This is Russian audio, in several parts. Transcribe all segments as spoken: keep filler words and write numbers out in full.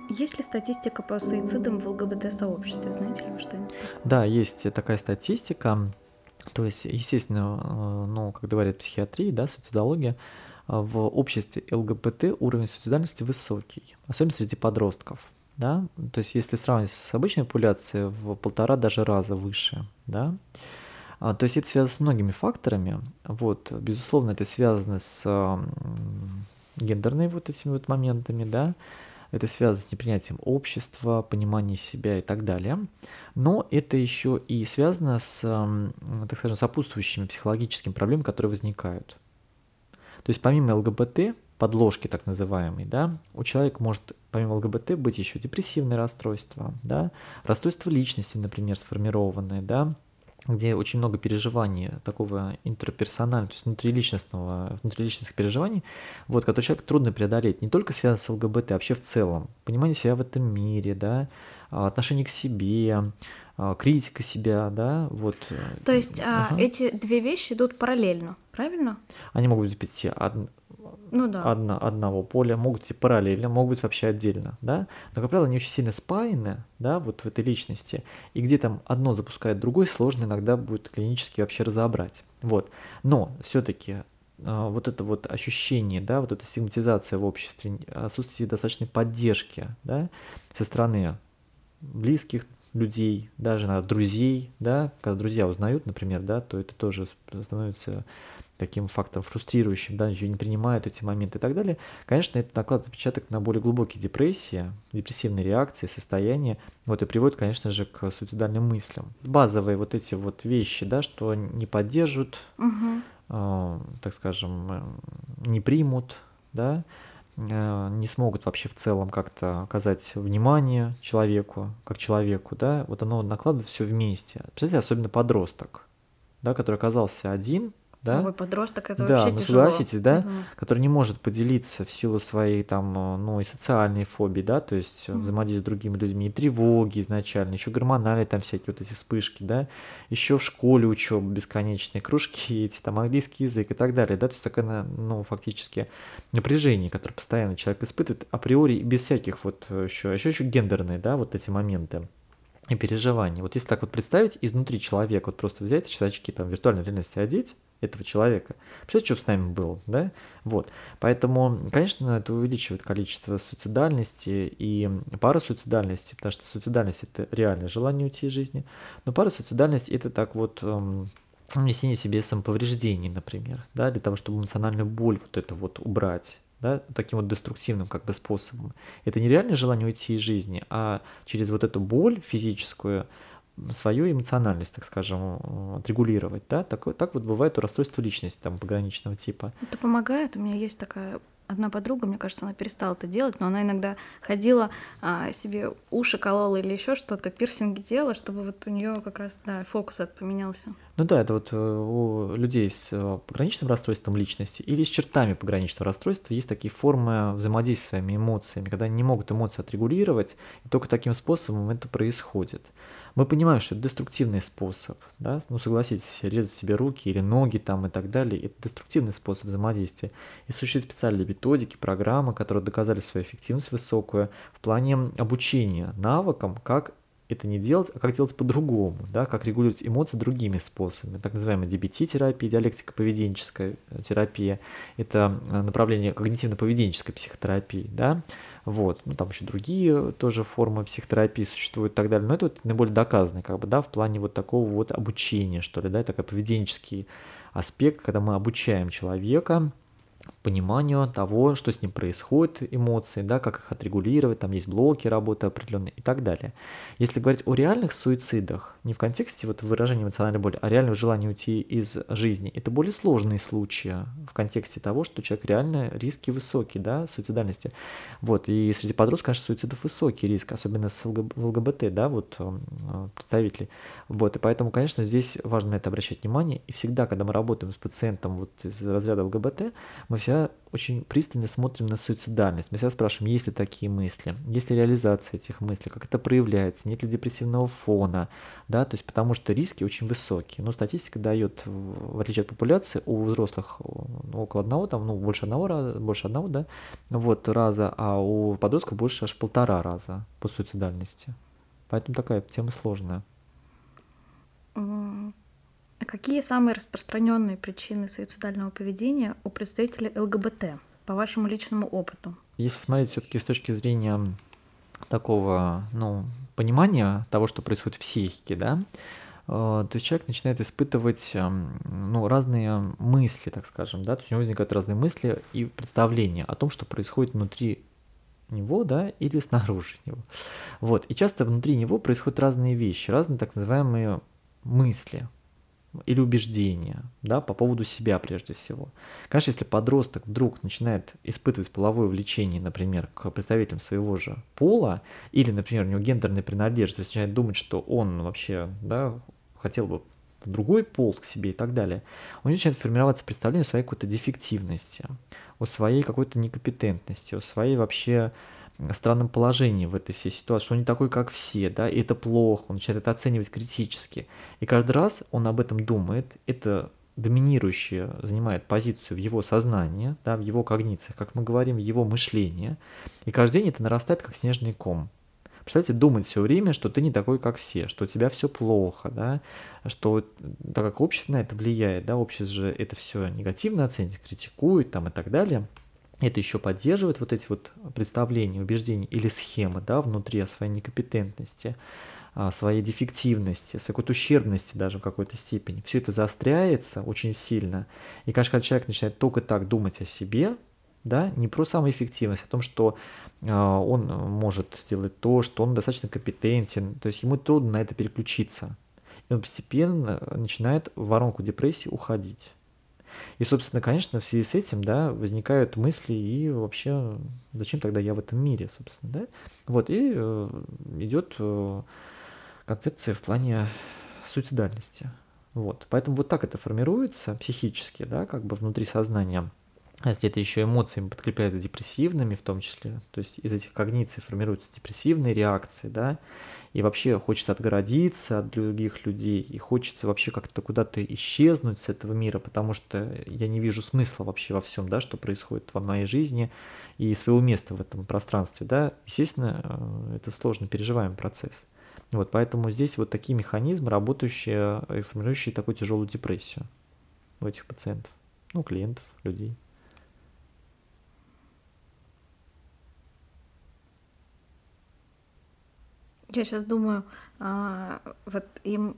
Есть ли статистика по суицидам в ЛГБТ-сообществе? Знаете ли вы что-нибудь такое? Да, есть такая статистика. То есть, естественно, э, ну, как говорят психиатрии, да, суицидология, а, в обществе ЛГБТ уровень суицидальности высокий, особенно среди подростков, да. То есть, если сравнивать с обычной популяцией, в полтора даже раза выше, да. А, то есть это связано с многими факторами. Вот, безусловно, это связано с ам, гендерными вот этими вот моментами, да. Это связано с непринятием общества, пониманием себя и так далее. Но это еще и связано с, ам, так скажем, сопутствующими психологическими проблемами, которые возникают. То есть помимо ЛГБТ, подложки так называемой, да, у человека может помимо ЛГБТ быть еще депрессивное расстройство, да, расстройство личности, например, сформированное, да, где очень много переживаний такого интерперсонального, то есть внутриличностного, внутриличностных переживаний, вот, которые человеку трудно преодолеть, не только связано с ЛГБТ, а вообще в целом. Понимание себя в этом мире, да, а, отношение к себе, а, критика себя, да, вот. э, То есть а, Ага. эти две вещи идут параллельно, правильно? Они могут быть од- Ну да. одно, одного поля, могут быть параллельно, могут быть вообще отдельно, да, но, как правило, они очень сильно спаяны, да, вот в этой личности, и где там одно запускает другое, сложно иногда будет клинически вообще разобрать, вот, но все-таки вот это вот ощущение, да, вот эта стигматизация в обществе, отсутствие достаточной поддержки, да, со стороны близких людей, даже иногда друзей, да, когда друзья узнают, например, да, то это тоже становится таким фактором фрустрирующим, да, ее не принимают эти моменты и так далее, конечно, это накладывает отпечаток на более глубокие депрессии, депрессивные реакции, состояния, вот, и приводит, конечно же, к суицидальным мыслям. Базовые вот эти вот вещи, да, что не поддержат, Угу. э, так скажем, э, не примут, да, э, не смогут вообще в целом как-то оказать внимание человеку, как человеку, да, вот оно накладывает все вместе. Представляете, особенно подросток, да, который оказался один, да, Ой, подросток, это да, вообще ну тяжело. согласитесь, да, Да. который не может поделиться в силу своей там, э, ну и социальной фобии, да, то есть э, Мгм. взаимодействие с другими людьми, и тревоги изначально, еще гормональные там всякие вот эти вспышки, да, еще в школе учеба бесконечные, кружки эти, там английский язык и так далее, да, то есть такое, на- ну, фактически напряжение, которое постоянно человек испытывает априори без всяких вот еще, еще, еще гендерные, да, вот эти моменты и переживания. Вот если так вот представить, изнутри человека, вот просто взять сейчас очки там виртуальной реальности одеть, этого человека. Представляете, что бы с нами было, да? Вот. Поэтому, конечно, это увеличивает количество суицидальности и парасуицидальности, потому что суицидальность – это реальное желание уйти из жизни, но парасуицидальность – это так вот эм, нанесение себе самоповреждений, например, да, для того, чтобы эмоциональную боль вот эту вот убрать, да, таким вот деструктивным как бы способом. Это не реальное желание уйти из жизни, а через вот эту боль физическую свою эмоциональность, так скажем, э, отрегулировать, да, так, вот- так вот бывает у расстройства личности там пограничного типа. Это помогает. У меня есть такая одна подруга, мне кажется, она перестала это делать, но она иногда ходила, а, себе уши колола или еще что-то, пирсинги делала, чтобы вот у нее как раз, да, фокус этот поменялся. Ну да, это вот э, у людей с э, пограничным расстройством личности или с чертами пограничного расстройства есть такие формы взаимодействия с своими эмоциями, когда они не могут эмоции отрегулировать, и только таким способом это происходит. Мы понимаем, что это деструктивный способ, да, ну согласитесь, резать себе руки или ноги там и так далее, это деструктивный способ взаимодействия. И существуют специальные методики, программы, которые доказали свою эффективность высокую в плане обучения навыкам, как это не делать, а как делать по-другому, да, как регулировать эмоции другими способами. Так называемая ди би ти-терапия, диалектико-поведенческая терапия, это э, направление когнитивно-поведенческой психотерапии, да, вот, ну там еще другие тоже формы психотерапии существуют и так далее, но это вот наиболее доказанные, как бы, да, в плане вот такого вот обучения, что ли, да, такой поведенческий аспект, когда мы обучаем человека пониманию того, что с ним происходит, эмоции, да, как их отрегулировать, там есть блоки работы определенные и так далее. Если говорить о реальных суицидах, не в контексте вот выражения эмоциональной боли, а реального желания уйти из жизни, это более сложные случаи в контексте того, что человек реально риски высокие, да, суицидальности. Вот, и среди подростков, конечно, суицидов высокий риск, особенно с ЛГ- в ЛГБТ, да, вот э, представителей. Вот, и поэтому, конечно, здесь важно на это обращать внимание. И всегда, когда мы работаем с пациентом вот из разряда ЛГБТ, мы всегда всегда очень пристально смотрим на суицидальность. Мы всегда спрашиваем, есть ли такие мысли, есть ли реализация этих мыслей, как это проявляется, нет ли депрессивного фона, да, то есть потому что риски очень высокие. Но статистика дает, в отличие от популяции, у взрослых ну, около одного, там, ну, больше одного раза, больше одного, да, вот, раза, а у подростков больше аж полтора раза по суицидальности. Поэтому такая тема сложная. М, а какие самые распространенные причины суицидального поведения у представителей ЛГБТ, по вашему личному опыту? Если смотреть все-таки с точки зрения такого, ну, понимания того, что происходит в психике, да, э, то есть человек начинает испытывать, эм, ну, разные мысли, так скажем, да, то есть у него возникают разные мысли и представления о том, что происходит внутри него, да, или снаружи него. Вот, и часто внутри него происходят разные вещи, разные так называемые мысли или убеждения, да, по поводу себя прежде всего. Конечно, если подросток вдруг начинает испытывать половое влечение, например, к представителям своего же пола, или, например, у него гендерная принадлежность, то есть начинает думать, что он вообще, да, хотел бы другой пол к себе и так далее, у него начинает формироваться представление о своей какой-то дефективности, о своей какой-то некомпетентности, о своей вообще странном положении в этой всей ситуации, что он не такой, как все, да, и это плохо, он начинает это оценивать критически. И каждый раз он об этом думает, это доминирующее занимает позицию в его сознании, да, в его когнициях, как мы говорим, в его мышлении. И каждый день это нарастает, как снежный ком. Представляете, думать все время, что ты не такой, как все, что у тебя все плохо, да, что так как общество на это влияет, да, общество же это все негативно оценит, критикует там и так далее. Это еще поддерживает вот эти вот представления, убеждения или схемы, да, внутри о своей некомпетентности, о своей дефективности, своей какой-то ущербности даже в какой-то степени. Все это заостряется очень сильно. И, конечно, когда человек начинает только так думать о себе, да, не про самоэффективность, а о том, что э, он может делать то, что он достаточно компетентен, то есть ему трудно на это переключиться. И он постепенно начинает в воронку депрессии уходить. И, собственно, конечно, в связи с этим, да, возникают мысли и вообще, зачем тогда я в этом мире, собственно, да? Вот, и э, идет э, концепция в плане суицидальности. Вот, поэтому вот так это формируется психически, да, как бы внутри сознания. А если это еще эмоциями подкрепляется депрессивными в том числе, то есть из этих когниций формируются депрессивные реакции, да, и вообще хочется отгородиться от других людей, и хочется вообще как-то куда-то исчезнуть с этого мира, потому что я не вижу смысла вообще во всем, да, что происходит во моей жизни, и своего места в этом пространстве, да, естественно, это сложно переживаемый процесс. Вот, поэтому здесь вот такие механизмы, работающие и формирующие такую тяжелую депрессию у этих пациентов, ну, клиентов, людей. Я сейчас думаю, а, вот им,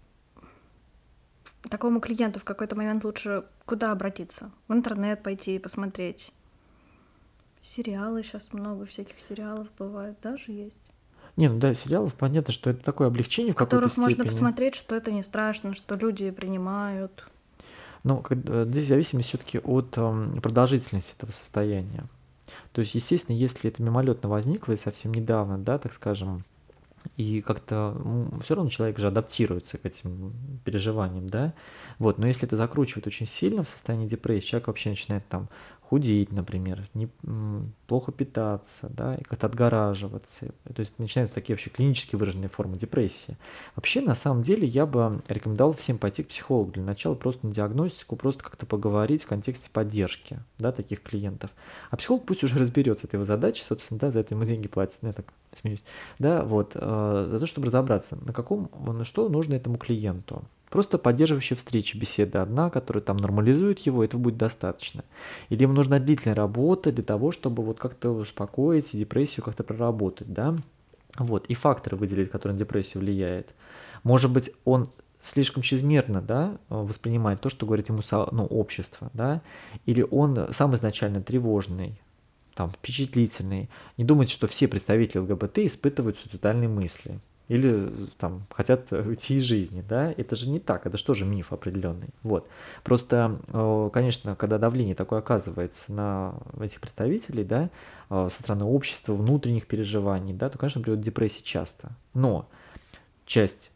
такому клиенту в какой-то момент лучше куда обратиться? В интернет пойти и посмотреть. Сериалы сейчас много всяких сериалов бывает, даже есть. Не, ну да, сериалов понятно, что это такое облегчение в, В какой-то которых можно степени. посмотреть, что это не страшно, что люди принимают. Но когда- здесь зависимость все-таки от эм, продолжительности этого состояния. То есть, естественно, если это мимолетно возникло и совсем недавно, да, так скажем, и как-то все равно человек же адаптируется к этим переживаниям, да, вот, но если это закручивает очень сильно в состоянии депрессии, человек вообще начинает там худеть, например, не, м, плохо питаться, да, и как-то отгораживаться, то есть начинаются такие вообще клинически выраженные формы депрессии. Вообще, на самом деле, я бы рекомендовал всем пойти к психологу для начала просто на диагностику, просто как-то поговорить в контексте поддержки, да, таких клиентов. А психолог пусть уже разберется, это его задача, собственно, да, за это ему деньги платят, ну, я так смеюсь, да, вот, э, за то, чтобы разобраться, на каком, на что нужно этому клиенту. Просто поддерживающая встреча, беседа одна, которая там нормализует его, этого будет достаточно. Или ему нужна длительная работа для того, чтобы вот как-то успокоить и депрессию как-то проработать, да. Вот, и факторы выделить, которые на депрессию влияют. Может быть, он слишком чрезмерно, да, воспринимает то, что говорит ему, ну, общество, да, или он сам изначально тревожный, там, впечатлительный. Не думайте, что все представители ЛГБТ испытывают суицидальные мысли. Или там хотят уйти из жизни, да, это же не так, это же тоже миф определенный, вот. Просто, конечно, когда давление такое оказывается на этих представителей, да, со стороны общества, внутренних переживаний, да, то, конечно, приводит к депрессии часто. Но часть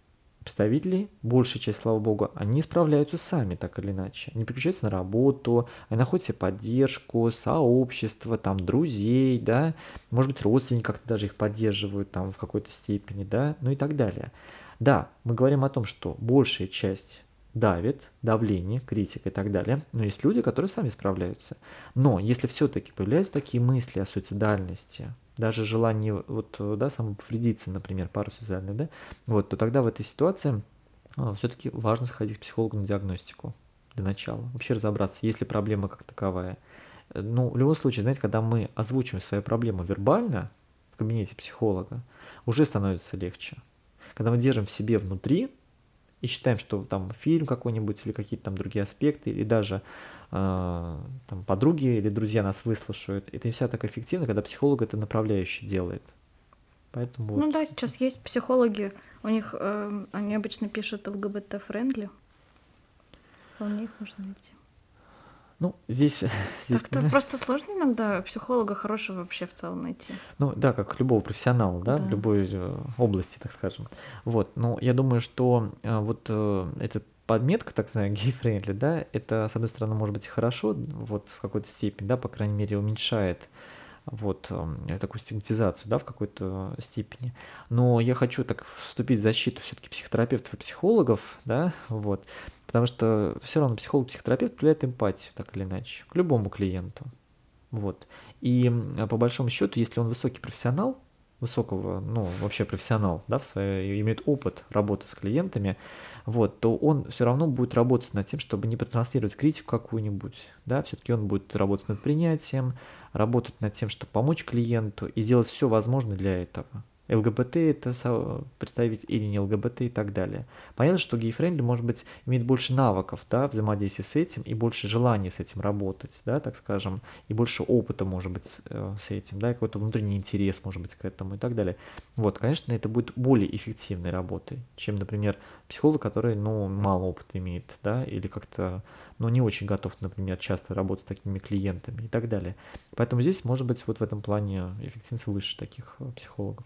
представителей, большая часть, слава богу, они справляются сами, так или иначе. Они переключаются на работу, они находят себе поддержку, сообщество, там, друзей, да, может быть, родственники как-то даже их поддерживают там в какой-то степени, да, ну и так далее. Да, мы говорим о том, что большая часть давит, давление, критика и так далее, но есть люди, которые сами справляются. Но если все-таки появляются такие мысли о суицидальности, даже желание вот, да, самоповредиться, например, парасуицидальной, да, вот, то тогда в этой ситуации а, все-таки важно сходить к психологу на диагностику для начала, вообще разобраться, есть ли проблема как таковая. Ну, в любом случае, знаете, когда мы озвучиваем свою проблему вербально в кабинете психолога, уже становится легче. Когда мы держим в себе внутри и считаем, что там фильм какой-нибудь или какие-то там другие аспекты, или даже э, там подруги или друзья нас выслушают, это не всегда так эффективно, когда психолог это направляющий делает. Поэтому Ну вот. да, сейчас есть психологи, у них э, они обычно пишут ЛГБТ-френдли, вполне их можно найти. Ну, здесь... здесь Так-то просто сложно иногда психолога хорошего вообще в целом найти. Ну, да, как любого профессионала, да, Да. в любой э, области, так скажем. Вот, но я думаю, что э, вот э, эта подметка, так называемая, гей-френдли, да, это, с одной стороны, может быть и хорошо, вот, в какой-то степени, да, по крайней мере, уменьшает вот э, такую стигматизацию, да, в какой-то степени. Но я хочу так вступить в защиту все-таки психотерапевтов и психологов, да, вот, потому что все равно психолог, психотерапевт проявляет эмпатию, так или иначе, к любому клиенту. Вот. И по большому счету, если он высокий профессионал, высокого, ну, вообще профессионал, да, в своей, имеет опыт работы с клиентами, вот, то он все равно будет работать над тем, чтобы не транслировать критику какую-нибудь, да, все-таки он будет работать над принятием, работать над тем, чтобы помочь клиенту и сделать все возможное для этого. ЛГБТ это представитель или не ЛГБТ и так далее. Понятно, что гей-френдли, может быть, имеет больше навыков, да, взаимодействия с этим и больше желания с этим работать, да, так скажем, и больше опыта, может быть, с этим, да, и какой-то внутренний интерес, может быть, к этому и так далее. Вот, конечно, это будет более эффективной работой, чем, например, психолог, который, ну, мало опыта имеет, да, или как-то, ну, не очень готов, например, часто работать с такими клиентами и так далее. Поэтому здесь, может быть, вот в этом плане эффективность выше таких психологов.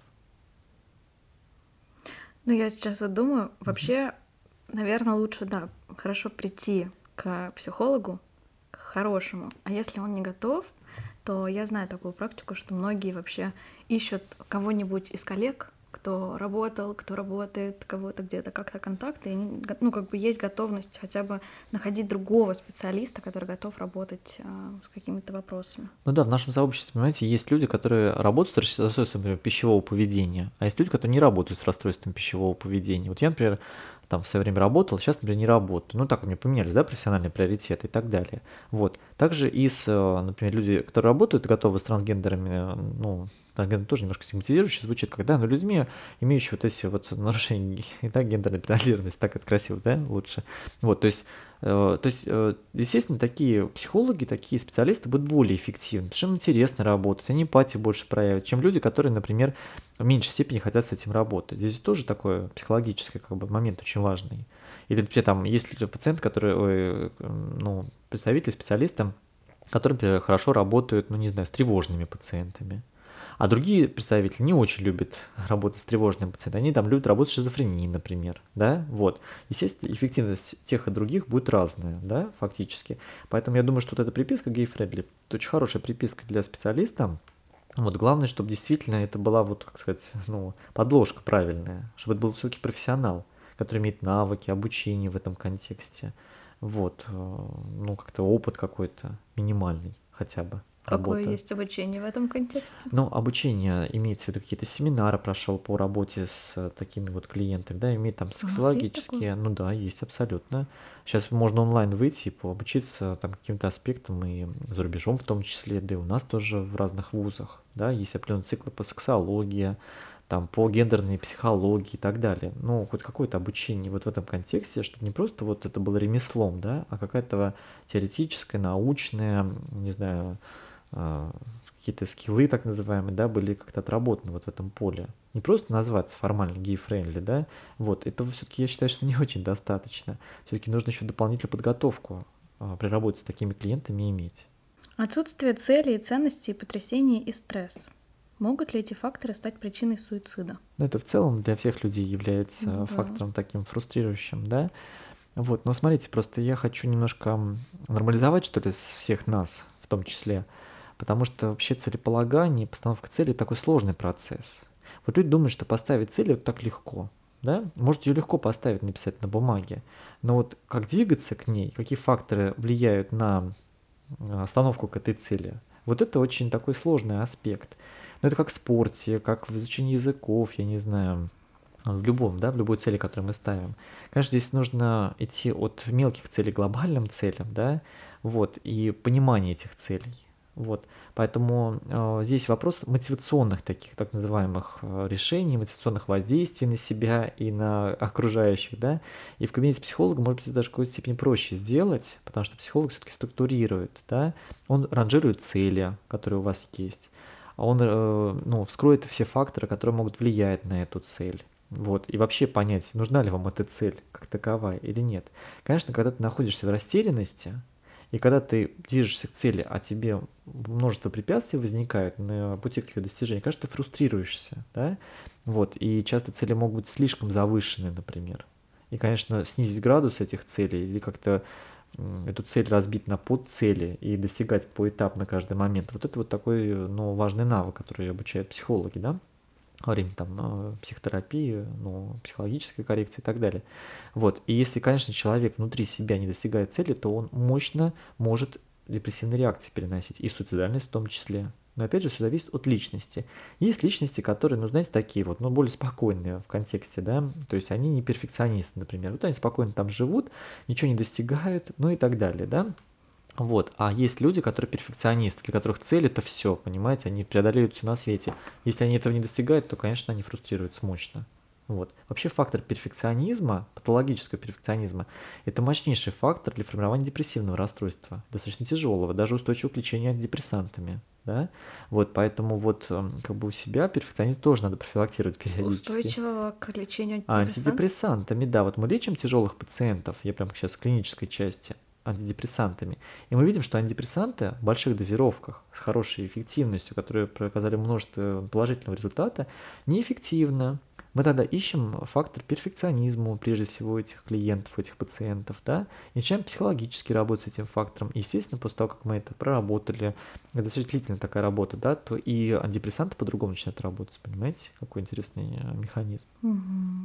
Ну, я сейчас вот думаю, вообще, наверное, лучше, да, хорошо прийти к психологу, к хорошему. А если он не готов, то я знаю такую практику, что многие вообще ищут кого-нибудь из коллег, кто работал, кто работает, кого-то где-то как-то контакты, и они, ну, как бы есть готовность хотя бы находить другого специалиста, который готов работать а, с какими-то вопросами. Ну да, в нашем сообществе, понимаете, есть люди, которые работают с расстройством, например, пищевого поведения, а есть люди, которые не работают с расстройством пищевого поведения. Вот я, например, там в свое время работал, сейчас, например, не работаю. Ну так у меня поменялись, да, профессиональные приоритеты и так далее. Вот. Также и с, например, люди, которые работают, готовы с трансгендерами, ну, трансгендер тоже немножко стигматизирующе звучит, когда, но людьми, имеющими вот эти вот нарушения, да, гендерной принадлежности, так это красиво, да, лучше. Вот, то есть То есть, естественно, такие психологи, такие специалисты будут более эффективны, потому что им интересно работать, они эмпатию больше проявят, чем люди, которые, например, в меньшей степени хотят с этим работать. Здесь тоже такой психологический как бы, момент очень важный. Или, например, там есть пациент, который, ой, ну, представители, специалисты, которые, например, хорошо работают, ну, не знаю, с тревожными пациентами. А другие представители не очень любят работать с тревожными пациентами. Они там любят работать с шизофренией, например, да, вот. Естественно, эффективность тех и других будет разная, да, фактически. Поэтому я думаю, что вот эта приписка гей-френдли – это очень хорошая приписка для специалиста. Вот главное, чтобы действительно это была вот, как сказать, ну, подложка правильная, чтобы это был все-таки профессионал, который имеет навыки, обучение в этом контексте. Вот, ну, как-то опыт какой-то минимальный хотя бы. Какое Работа. есть обучение в этом контексте? Ну, обучение имеется в виду какие-то семинары прошел по работе с такими вот клиентами, да, имеет там сексологические, ну да, есть абсолютно. Сейчас можно онлайн выйти и пообучиться там каким-то аспектам и за рубежом в том числе, да и у нас тоже в разных вузах, да, есть определенные циклы по сексологии, там по гендерной психологии и так далее. Ну, хоть какое-то обучение вот в этом контексте, чтобы не просто вот это было ремеслом, да, а какая-то теоретическая, научная, не знаю, какие-то скиллы, так называемые, да, были как-то отработаны вот в этом поле. Не просто назваться формально гей-френдли, да, вот, этого все-таки я считаю, что не очень достаточно. Все-таки нужно еще дополнительную подготовку а, при работе с такими клиентами иметь. Отсутствие целей, ценностей, потрясений и стресс. Могут ли эти факторы стать причиной суицида? Ну, это в целом для всех людей является Ну да. фактором таким фрустрирующим, да. Вот, но смотрите, просто я хочу немножко м, нормализовать, что ли, с всех нас в том числе, потому что вообще целеполагание, постановка целей такой сложный процесс. Вот люди думают, что поставить цель вот так легко, да, может ее легко поставить, написать на бумаге, но вот как двигаться к ней, какие факторы влияют на а, остановку к этой цели, вот это очень такой сложный аспект. Но это как в спорте, как в изучении языков, я не знаю, в любом, да, в любой цели, которую мы ставим. Конечно, здесь нужно идти от мелких целей к глобальным целям, да, вот, и понимание этих целей. Вот, поэтому э, здесь вопрос мотивационных таких так называемых э, решений, мотивационных воздействий на себя и на окружающих, да. И в кабинете психолога, может быть, это даже в какой-то степени проще сделать, потому что психолог все-таки структурирует, да, он ранжирует цели, которые у вас есть, а он э, ну, вскроет все факторы, которые могут влиять на эту цель. Вот, и вообще понять, нужна ли вам эта цель как таковая или нет. Конечно, когда ты находишься в растерянности, и когда ты движешься к цели, а тебе множество препятствий возникают на пути к ее достижению, конечно, ты фрустрируешься, да, вот, и часто цели могут быть слишком завышены, например. И, конечно, снизить градус этих целей или как-то м, эту цель разбить на подцели и достигать поэтапно каждый момент. Вот это вот такой, ну, важный навык, который обучают психологи, да, во время там э, психотерапии, ну, психологической коррекции и так далее. Вот. И если, конечно, человек внутри себя не достигает цели, то он мощно может депрессивные реакции переносить, и суицидальность в том числе. Но опять же, все зависит от личности. Есть личности, которые, ну, знаете, такие вот, ну, более спокойные в контексте, да, то есть они не перфекционисты, например. Вот они спокойно там живут, ничего не достигают, ну и так далее, да. Вот, а есть люди, которые перфекционисты, для которых цель это все, понимаете, они преодолеют все на свете. Если они этого не достигают, то, конечно, они фрустрируются мощно. Вот. Вообще фактор перфекционизма, патологического перфекционизма, это мощнейший фактор для формирования депрессивного расстройства, достаточно тяжелого, даже устойчивого к лечению антидепрессантами. Да? Вот, поэтому вот эм, как бы у себя перфекционизм тоже надо профилактировать периодически. Устойчивого к лечению антидепрессантов? Антидепрессантами, да, вот мы лечим тяжелых пациентов, я прям сейчас в клинической части, антидепрессантами. И мы видим, что антидепрессанты в больших дозировках с хорошей эффективностью, которые показали множество положительного результата, неэффективно. Мы тогда ищем фактор перфекционизма, прежде всего, у этих клиентов, у этих пациентов, да, и начинаем психологически работать с этим фактором. И, естественно, после того, как мы это проработали, это достаточно длительная такая работа, да, то и антидепрессанты по-другому начинают работать, понимаете, какой интересный э, механизм. Угу.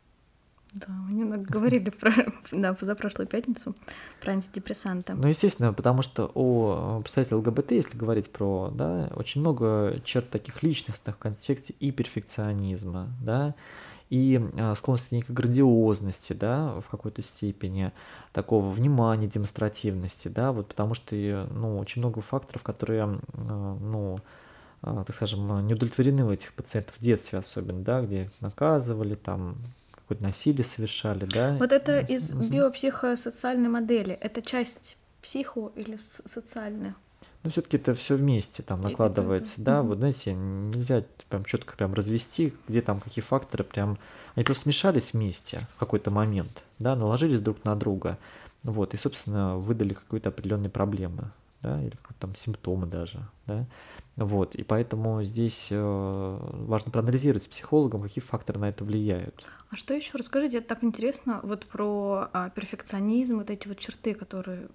Да, мы немного говорили про, да, позапрошлую пятницу про антидепрессанты. Ну, естественно, потому что у представителей ЛГБТ, если говорить про, да, очень много черт таких личностных в контексте и перфекционизма, да, и а, склонности к грандиозности, да, в какой-то степени, такого внимания, демонстративности, да, вот потому что, и, ну, очень много факторов, которые, а, ну, а, так скажем, не удовлетворены у этих пациентов в детстве особенно, да, где их наказывали, там, какое-то насилие совершали, да. Вот это из Мгм. биопсихосоциальной модели. Это часть психо или с- социальная? Ну, все-таки это все вместе там И- и то, и то. накладывается, да, Мгм. вот знаете, нельзя прям четко прям развести, где там какие факторы прям, они просто смешались вместе в какой-то момент, да, наложились друг на друга, вот, и, собственно, выдали какие-то определенные проблемы, да, или какие-то там симптомы даже, да, вот, и поэтому здесь э, важно проанализировать с психологом, какие факторы на это влияют. А что еще? Расскажите, это так интересно, вот про а, перфекционизм, вот эти вот черты, которые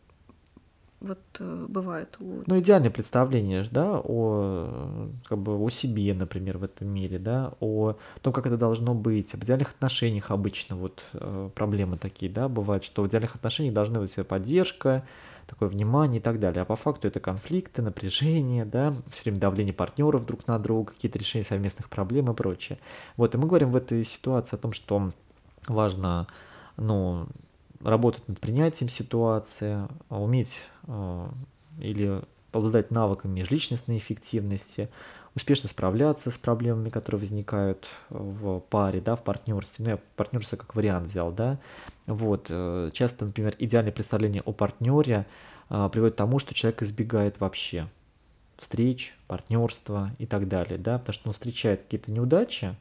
вот э, бывают у... Ну, идеальное представление, ж, да, о, э, как бы, о себе, например, в этом мире, да, о том, как это должно быть, об идеальных отношениях обычно вот э, проблемы такие, да, бывают, что в идеальных отношениях должна быть поддержка, такое внимание и так далее, а по факту это конфликты, напряжение, да, все время давление партнеров друг на друга, какие-то решения совместных проблем и прочее. Вот, и мы говорим в этой ситуации о том, что важно, ну, работать над принятием ситуации, а уметь э, или обладать навыками межличностной эффективности, успешно справляться с проблемами, которые возникают в паре, да, в партнерстве. Ну, я партнерство как вариант взял, да. Вот. э, Часто, например, идеальное представление о партнере э, приводит к тому, что человек избегает вообще встреч, партнерства и так далее, да, потому что он встречает какие-то неудачи,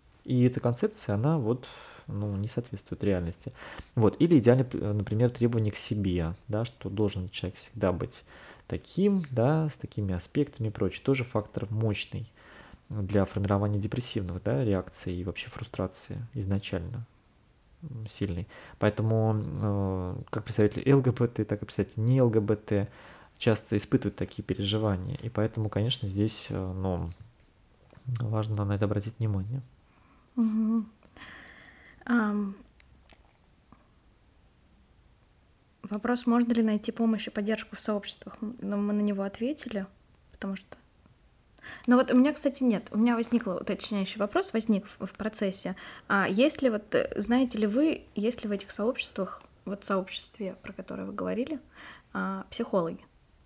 и эта концепция, она вот, ну, не соответствует реальности. Вот. Или идеально, например, требование к себе, да, что должен человек всегда быть таким, да, с такими аспектами и прочее. Тоже фактор мощный. для формирования депрессивных, да, реакций и вообще фрустрации изначально сильный. Поэтому э, как представители ЛГБТ, так и представители не ЛГБТ часто испытывают такие переживания. И поэтому, конечно, здесь э, ну, важно на это обратить внимание. Угу. Um... Вопрос, можно ли найти помощь и поддержку в сообществах? Но мы на него ответили, потому что... Но вот у меня, кстати, нет. У меня возник уточняющий вопрос, возник в, в процессе. А есть ли вот, знаете ли вы, есть ли в этих сообществах, вот сообществе, про которое вы говорили, а, психологи?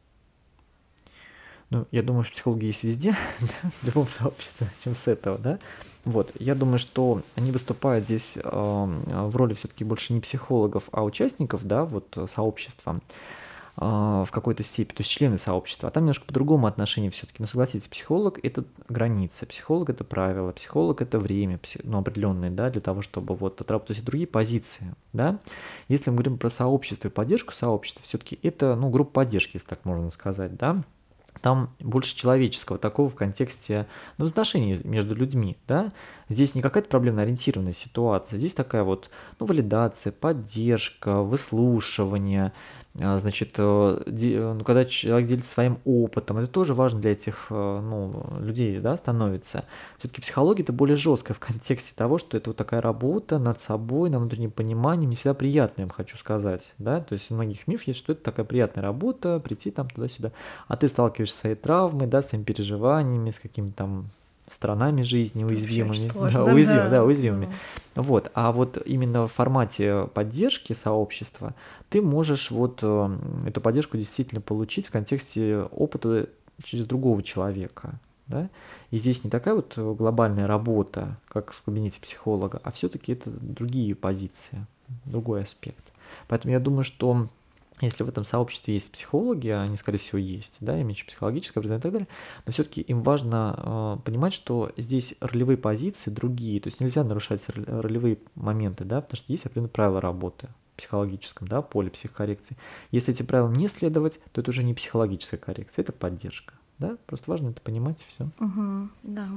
Ну, я думаю, что психологи есть везде, в любом сообществе, чем с этого, да. Вот, я думаю, что они выступают здесь э, в роли все-таки больше не психологов, а участников, да, вот сообщества э, в какой-то степени, то есть члены сообщества. А там немножко по-другому отношение все-таки. Но согласитесь, психолог — это граница, психолог — это правила, психолог — это время, ну, определенное, да, для того, чтобы вот отработать и другие позиции, да. Если мы говорим про сообщество и поддержку сообщества, все-таки это, ну, группа поддержки, если так можно сказать, да. Там больше человеческого, такого в контексте, ну, отношений между людьми, да. Здесь не какая-то проблемно-ориентированная ситуация, здесь такая вот, ну, валидация, поддержка, выслушивание, значит, ну, когда человек делится своим опытом, это тоже важно для этих, ну, людей, да, становится. Все-таки психология — это более жесткая в контексте того, что это вот такая работа над собой, на внутреннем понимании, не всегда приятная, я вам хочу сказать, да, то есть у многих миф есть, что это такая приятная работа, прийти там туда-сюда, а ты сталкиваешься с своей травмой, да, своими переживаниями, с какими-то там сторонами жизни уязвимыми, сложно, да, уязвим, да, да, уязвимыми. Да. Вот, а вот именно в формате поддержки сообщества ты можешь вот эту поддержку действительно получить в контексте опыта через другого человека, да. И здесь не такая вот глобальная работа, как в кабинете психолога, а все-таки это другие позиции, другой аспект. Поэтому я думаю, что если в этом сообществе есть психологи, они, скорее всего, есть, да, имеющие психологическое образование и так далее, но все-таки им важно э, понимать, что здесь ролевые позиции другие, то есть нельзя нарушать ролевые моменты, да, потому что есть определенные правила работы в психологическом, да, поле психокоррекции. Если эти правила не следовать, то это уже не психологическая коррекция, это поддержка, да, просто важно это понимать, и все. Угу, да.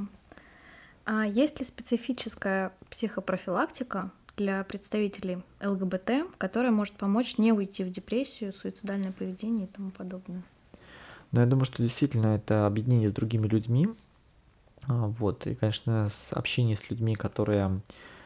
А есть ли специфическая психопрофилактика для представителей ЛГБТ, которая может помочь не уйти в депрессию, суицидальное поведение и тому подобное? Ну, я думаю, что действительно это объединение с другими людьми, вот, и, конечно, с общение с людьми, которые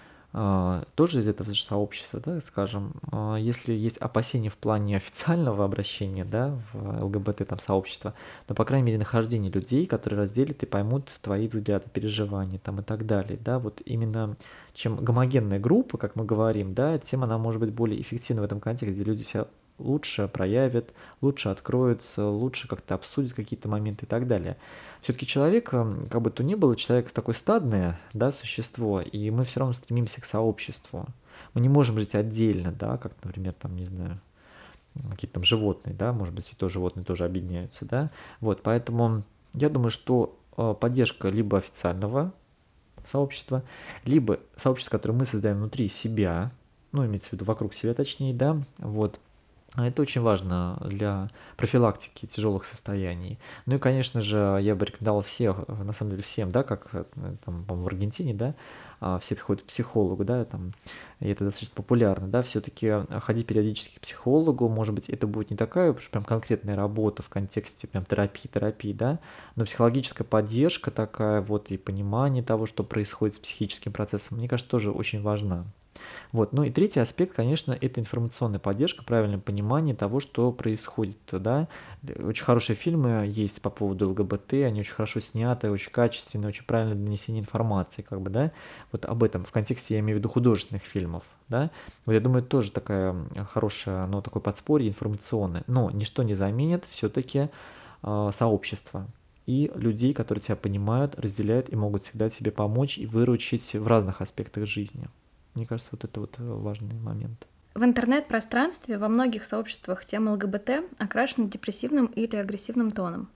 тоже из этого же сообщества, да, скажем, если есть опасения в плане официального обращения, да, в ЛГБТ там сообщество, но, по крайней мере, нахождение людей, которые разделят и поймут твои взгляды, переживания там и так далее, да, вот именно чем гомогенная группа, как мы говорим, да, тем она может быть более эффективна в этом контексте, где люди себя лучше проявят, лучше откроются, лучше как-то обсудят какие-то моменты и так далее. Все-таки человек, как бы то ни было, человек такое стадное, да, существо, и мы все равно стремимся к сообществу. Мы не можем жить отдельно, да, как, например, там, не знаю, какие-то там животные, да, может быть, и то животные тоже объединяются, да. Вот, поэтому я думаю, что поддержка либо официального сообщества, либо сообщества, которое мы создаем внутри себя, ну, имеется в виду вокруг себя, точнее, да, вот. А это очень важно для профилактики тяжелых состояний. Ну и, конечно же, я бы рекомендовал всех, на самом деле всем, да, как там, в Аргентине, да, все приходят к психологу, да, там, и это достаточно популярно, да, все-таки ходить периодически к психологу, может быть, это будет не такая уж прям конкретная работа в контексте прям терапии, терапии, да, но психологическая поддержка такая вот и понимание того, что происходит с психическим процессом, мне кажется, тоже очень важна. Вот. Ну и третий аспект, конечно, это информационная поддержка, правильное понимание того, что происходит. Да? Очень хорошие фильмы есть по поводу ЛГБТ, они очень хорошо сняты, очень качественные, очень правильное донесение информации, как бы, да, вот об этом, в контексте, я имею в виду, художественных фильмов, да, вот я думаю, это тоже такая хорошая, ну, такое подспорье информационное, но ничто не заменит все-таки э, сообщество и людей, которые тебя понимают, разделяют и могут всегда тебе помочь и выручить в разных аспектах жизни. Мне кажется, вот это вот важный момент. В интернет-пространстве во многих сообществах тема ЛГБТ окрашена депрессивным или агрессивным тоном.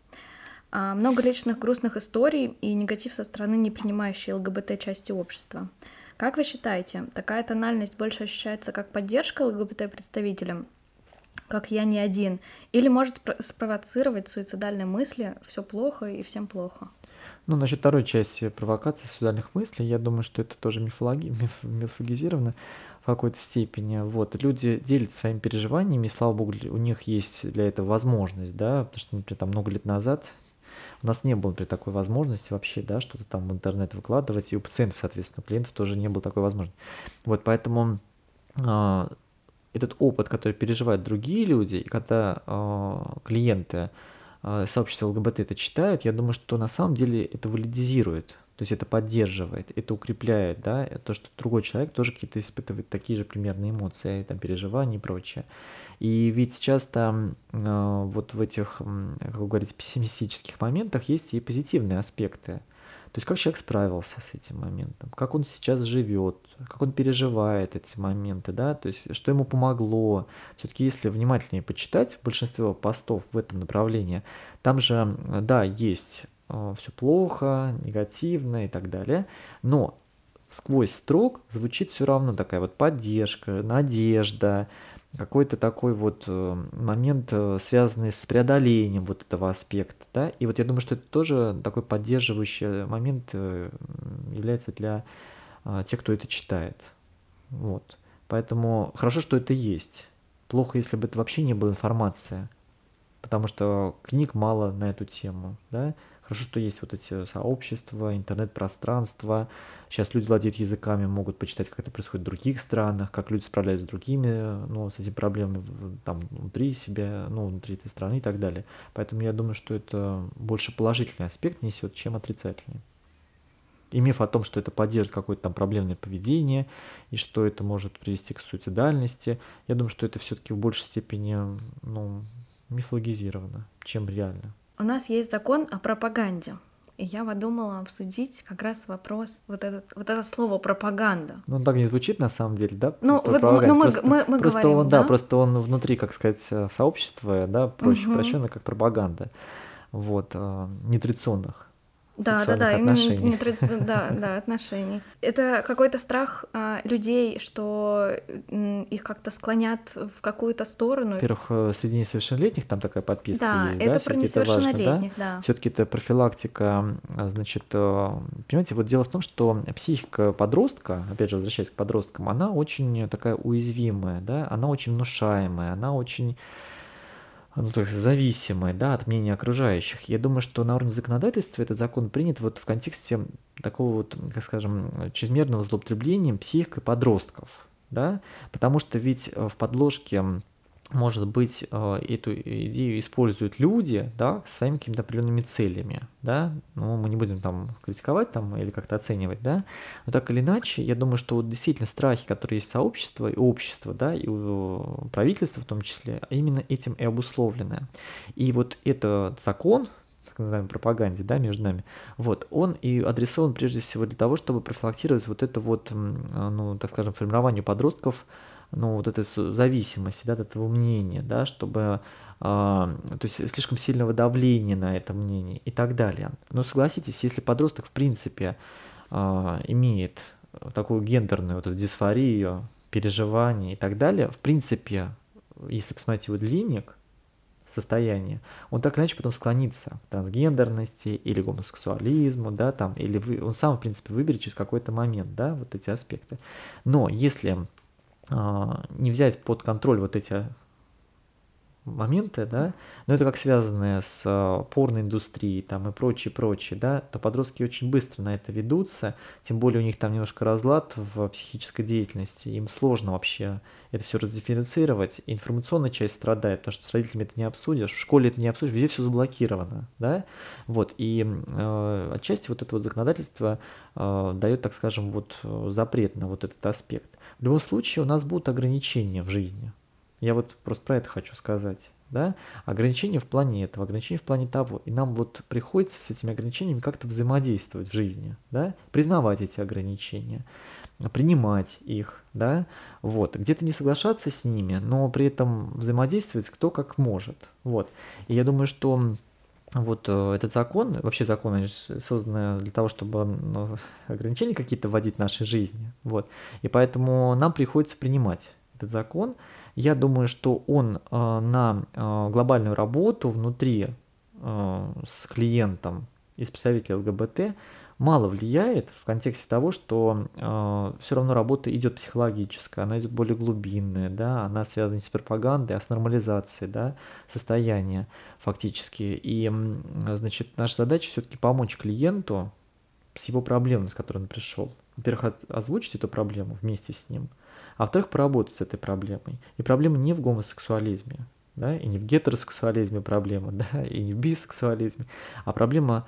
А много личных грустных историй и негатив со стороны не принимающей ЛГБТ части общества. Как вы считаете, такая тональность больше ощущается как поддержка ЛГБТ-представителям, как «я не один», или может спровоцировать суицидальные мысли «все плохо и всем плохо»? Ну, насчет второй части провокации сексуальных мыслей, я думаю, что это тоже мифологи... миф- мифологизировано в какой-то степени. Вот, люди делятся своими переживаниями, и, слава богу, у них есть для этого возможность, да, потому что, например, там много лет назад у нас не было, например, такой возможности вообще, да, что-то там в интернет выкладывать, и у пациентов, соответственно, у клиентов тоже не было такой возможности. Вот, поэтому а, этот опыт, который переживают другие люди, и когда а, клиенты а, сообщества ЛГБТ это читают, я думаю, что на самом деле это валидизирует, то есть это поддерживает, это укрепляет, да, то, что другой человек тоже какие-то испытывает такие же примерные эмоции, там, переживания и прочее. И ведь часто э, вот в этих, м, как вы говорите, пессимистических моментах есть и позитивные аспекты. То есть как человек справился с этим моментом, как он сейчас живет, как он переживает эти моменты, да, то есть что ему помогло. Все-таки если внимательнее почитать большинство постов в этом направлении, там же, м, да, есть все плохо, негативно и так далее, но сквозь строк звучит все равно такая вот поддержка, надежда, какой-то такой вот э, момент, э, связанный с преодолением вот этого аспекта, да, и вот я думаю, что это тоже такой поддерживающий момент э, является для а, тех, кто это читает, вот, поэтому хорошо, что это есть, плохо, если бы это вообще не была информация, потому что книг мало на эту тему, да. Хорошо, что есть вот эти сообщества, интернет-пространство. Сейчас люди владеют языками, могут почитать, как это происходит в других странах, как люди справляются с другими, ну, с этими проблемами там внутри себя, ну, внутри этой страны и так далее. Поэтому я думаю, что это больше положительный аспект несет, чем отрицательный. И миф о том, что это поддержит какое-то там проблемное поведение, и что это может привести к суицидальности, я думаю, что это все-таки в большей степени, ну, мифологизировано, чем реально. У нас есть закон о пропаганде. И я подумала обсудить как раз вопрос, вот, этот, вот это слово пропаганда. Ну, он так не звучит на самом деле, да? Ну, про- вот м- пропаганда. ну, мы, Просто, мы, мы просто говорим, он, да, да? просто он внутри, как сказать, э, сообщества, да, проще Мгм. упрощенно, как пропаганда, вот, э, нетрадиционных Да, да, сексуальных да, именно не, отношений. не традицион- да, да, отношений. Это какой-то страх а, людей, что м, их как-то склонят в какую-то сторону. Во-первых, э, среди несовершеннолетних там такая подписка Да, есть, да, это про все-таки это важно, да? несовершеннолетних, да. Все-таки это профилактика, а, значит, э, понимаете, вот дело в том, что психика подростка, опять же, возвращаясь к подросткам, она очень такая уязвимая, да, она очень внушаемая, она очень, ну, то есть зависимая, да, от мнения окружающих. Я думаю, что на уровне законодательства этот закон принят вот в контексте такого вот, как скажем, чрезмерного злоупотребления психикой подростков, да, потому что ведь э, в подложке, может быть, э, эту идею используют люди, да, со своими какими-то определенными целями, да, ну, мы не будем там критиковать там или как-то оценивать, да, но так или иначе, я думаю, что вот действительно страхи, которые есть у сообщества и у общества, да, и у правительства в том числе, именно этим и обусловлены. И вот этот закон, так называемой пропаганде, да, между нами, вот, он и адресован прежде всего для того, чтобы профилактировать вот это вот, м, ну, так скажем, формирование подростков, ну, вот этой су- зависимости, да, от этого мнения, да, чтобы, а, то есть слишком сильного давления на это мнение и так далее. Но согласитесь, если подросток, в принципе, а, имеет такую гендерную вот эту дисфорию, переживания и так далее, в принципе, если посмотреть его длинник, состояние, он так или иначе потом склонится к трансгендерности или гомосексуализму, да, там, или вы, он сам, в принципе, выберет через какой-то момент, да, вот эти аспекты. Но если а, не взять под контроль вот эти моменты, да, но это как связанное с а, порноиндустрией там и прочее, прочее, да, то подростки очень быстро на это ведутся, тем более у них там немножко разлад в психической деятельности, им сложно вообще это все раздифференцировать, и информационная часть страдает, потому что с родителями это не обсудишь, в школе это не обсудишь, везде все заблокировано, да, вот, и э, отчасти вот это вот законодательство э, дает, так скажем, вот э, запрет на вот этот аспект. В любом случае у нас будут ограничения в жизни. Я вот просто про это хочу сказать, да, ограничения в плане этого, ограничения в плане того, и нам вот приходится с этими ограничениями как-то взаимодействовать в жизни, да, признавать эти ограничения, принимать их, да, вот, где-то не соглашаться с ними, но при этом взаимодействовать кто как может, вот, и я думаю, что вот э, этот закон, вообще закон, они же созданы для того, чтобы ну, ограничения какие-то вводить в нашей жизни, вот, и поэтому нам приходится принимать этот закон. Я думаю, что он э, на э, глобальную работу внутри э, с клиентом из представителей ЛГБТ мало влияет в контексте того, что э, все равно работа идет психологическая, она идет более глубинная, да, она связана не с пропагандой, а с нормализацией, да, состояния фактически. И, м, значит, наша задача все-таки помочь клиенту с его проблемой, с которой он пришел. Во-первых, от- озвучить эту проблему вместе с ним, а во-вторых, поработать с этой проблемой. И проблема не в гомосексуализме, да, и не в гетеросексуализме проблема, да, и не в бисексуализме, а проблема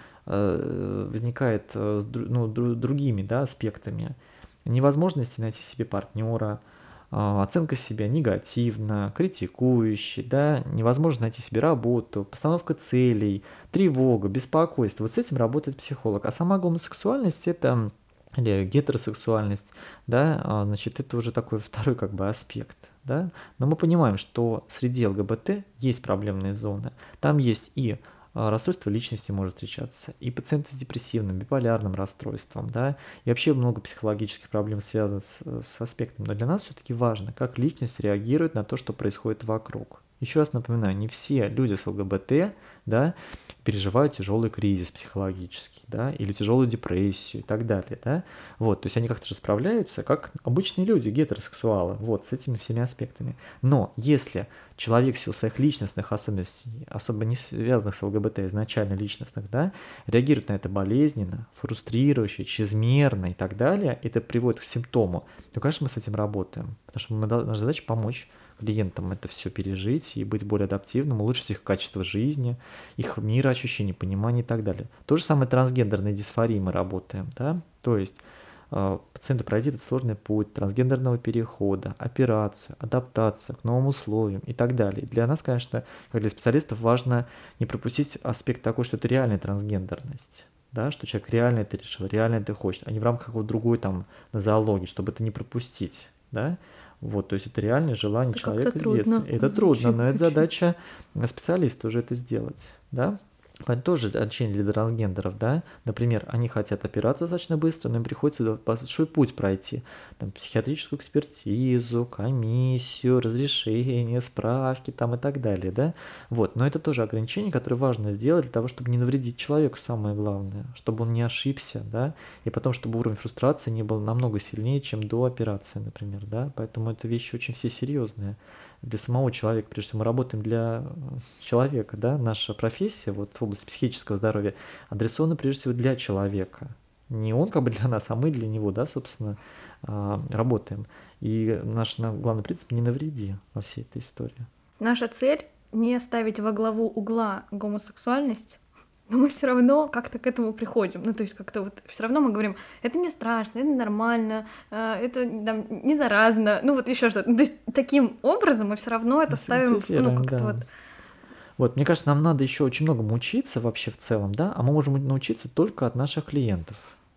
э, возникает э, с дру- ну, дру- другими, да, аспектами. Невозможности найти себе партнера, а, оценка себя негативно, критикующий, да, невозможно найти себе работу, постановка целей, тревога, беспокойство. Вот с этим работает психолог. А сама гомосексуальность это или гетеросексуальность, да, а, значит, это уже такой второй как бы аспект, да. Но мы понимаем, что среди ЛГБТ есть проблемные зоны. Там есть и а, расстройство личности может встречаться, и пациенты с депрессивным, биполярным расстройством, да, и вообще много психологических проблем связано с, с аспектом. Но для нас все-таки важно, как личность реагирует на то, что происходит вокруг. Еще раз напоминаю, не все люди с ЛГБТ, да, переживают тяжелый кризис психологический, да, или тяжелую депрессию и так далее, да. Вот, то есть они как-то же справляются, как обычные люди, гетеросексуалы, вот, с этими всеми аспектами. Но если человек в силу своих личностных особенностей, особо не связанных с ЛГБТ, изначально личностных, да, реагирует на это болезненно, фрустрирующе, чрезмерно и так далее, это приводит к симптому, то, конечно, мы с этим работаем, потому что мы, наша задача помочь клиентам это все пережить и быть более адаптивным, улучшить их качество жизни, их мироощущение, понимание и так далее. То же самое трансгендерной дисфории мы работаем, да, то есть э, пациенту пройти этот сложный путь трансгендерного перехода, операцию, адаптацию к новым условиям и так далее. Для нас, конечно, как для специалистов, важно не пропустить аспект такой, что это реальная трансгендерность. Да, что человек реально это решил, реально это хочет, а не в рамках какой-то другой там зоологии, чтобы это не пропустить, да. Вот, то есть это реальное желание Это как-то человека с детства. трудно Это трудно, звучит но это вообще. задача специалиста уже это сделать, да. Это тоже лечение для трансгендеров, да. Например, они хотят операцию достаточно быстро, но им приходится большой путь пройти. Там, психиатрическую экспертизу, комиссию, разрешение, справки там и так далее, да. Вот, но это тоже ограничение, которое важно сделать для того, чтобы не навредить человеку, самое главное, чтобы он не ошибся, да, и потом, чтобы уровень фрустрации не был намного сильнее, чем до операции, например, да. Поэтому это вещи очень все серьезные для самого человека, прежде всего мы работаем для человека, да, наша профессия вот в области психического здоровья адресована прежде всего для человека. Не он как бы для нас, а мы для него, да, собственно, а, работаем. И наш на- главный принцип — не навреди во всей этой истории. Наша цель не ставить во главу угла гомосексуальность, но мы все равно как-то к этому приходим. Ну, то есть как-то вот все равно мы говорим, это не страшно, это нормально, э, это там не заразно, ну вот еще что-то. Ну, то есть таким образом мы все равно это ставим, в- ну, Синтезируем, как-то да. вот. Вот, мне кажется, нам надо еще очень многому учиться вообще в целом, да, а мы можем научиться только от наших клиентов.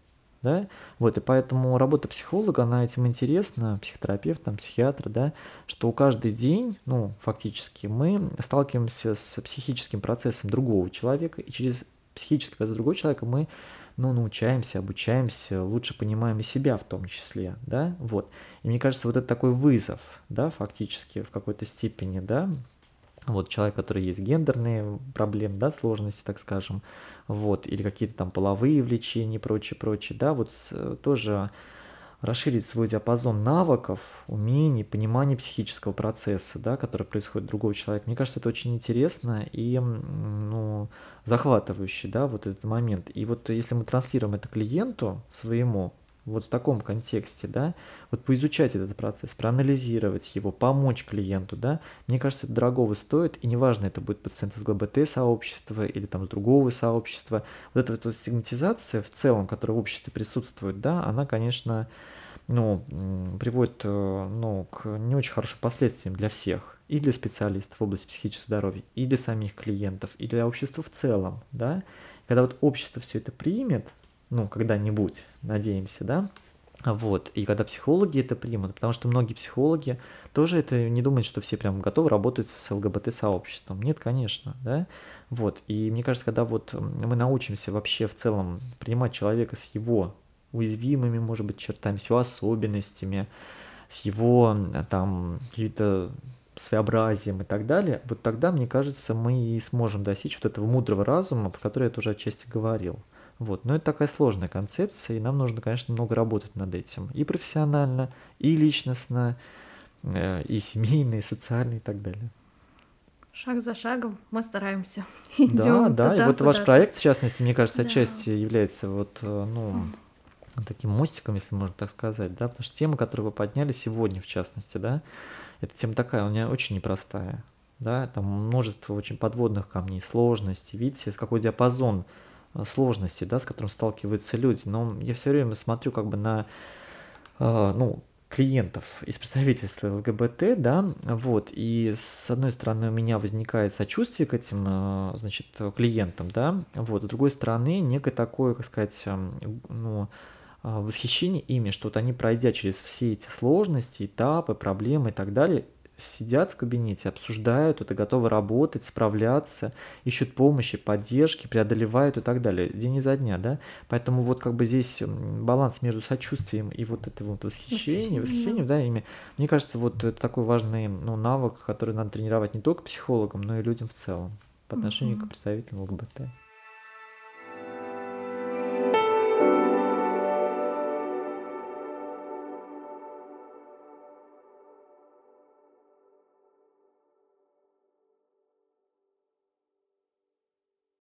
Да? Вот, и поэтому работа психолога, она этим интересна, психотерапевт, там, психиатр, да, что каждый день, ну, фактически, мы сталкиваемся с психическим процессом другого человека, и через психический процесс другого человека мы, ну, научаемся, обучаемся, лучше понимаем и себя в том числе, да, вот. И мне кажется, вот это такой вызов, да, фактически, в какой-то степени, да, вот человек, который есть гендерные проблемы, да, сложности, так скажем, вот, или какие-то там половые влечения и прочее, прочее, да, вот с- тоже расширить свой диапазон навыков, умений, понимания психического процесса, да, который происходит у другого человека. Мне кажется, это очень интересно и, м, ну, захватывающе, да, вот этот момент. И вот если мы транслируем это клиенту своему, вот в таком контексте, да, вот поизучать этот процесс, проанализировать его, помочь клиенту, да, мне кажется, это дорогого стоит, и неважно, это будет пациент из ЛГБТ-сообщества или там из другого сообщества, вот эта вот стигматизация в целом, которая в обществе присутствует, да, она, конечно, ну, м, приводит, э, ну, к не очень хорошим последствиям для всех, и для специалистов в области психического здоровья, и для самих клиентов, и для общества в целом, да. Когда вот общество все это примет, ну, когда-нибудь, надеемся, да, вот, и когда психологи это примут, потому что многие психологи тоже это не думают, что все прям готовы работать с ЛГБТ-сообществом. Нет, конечно, да, вот, и мне кажется, когда вот мы научимся вообще в целом принимать человека с его уязвимыми, может быть, чертами, с его особенностями, с его м, там какими-то своеобразием и так далее, вот тогда, мне кажется, мы и сможем достичь вот этого мудрого разума, про который я тоже отчасти говорил. Вот. Но это такая сложная концепция, и нам нужно, конечно, много работать над этим. И профессионально, и личностно, э, и семейно, и социально, и так далее. Шаг за шагом мы стараемся. Да, Идем да, и туда, вот ваш куда-то. проект, в частности, мне кажется, Да. отчасти является вот, э, ну, таким мостиком, если можно так сказать, да, потому что тема, которую вы подняли сегодня, в частности, да, эта тема такая, у меня очень непростая, да, там множество очень подводных камней, сложностей, видите, какой диапазон э, сложностей, да, с которым сталкиваются люди, но я все время смотрю как бы на, э, ну, клиентов из представительства ЛГБТ, да, вот, и с одной стороны у меня возникает сочувствие к этим, э, значит, клиентам, да, вот, с другой стороны некое такое, как сказать, эм, ну, а, восхищение ими, что вот они, пройдя через все эти сложности, этапы, проблемы и так далее, сидят в кабинете, обсуждают это, готовы работать, справляться, ищут помощи, поддержки, преодолевают и так далее, день изо дня, да. Поэтому вот как бы здесь м, баланс между сочувствием и вот это вот восхищение, Восхищение, восхищением, да. да, ими, мне кажется, вот это такой важный, ну, навык, который надо тренировать не только психологам, но и людям в целом по отношению к Мгм. представителям ЛГБТ.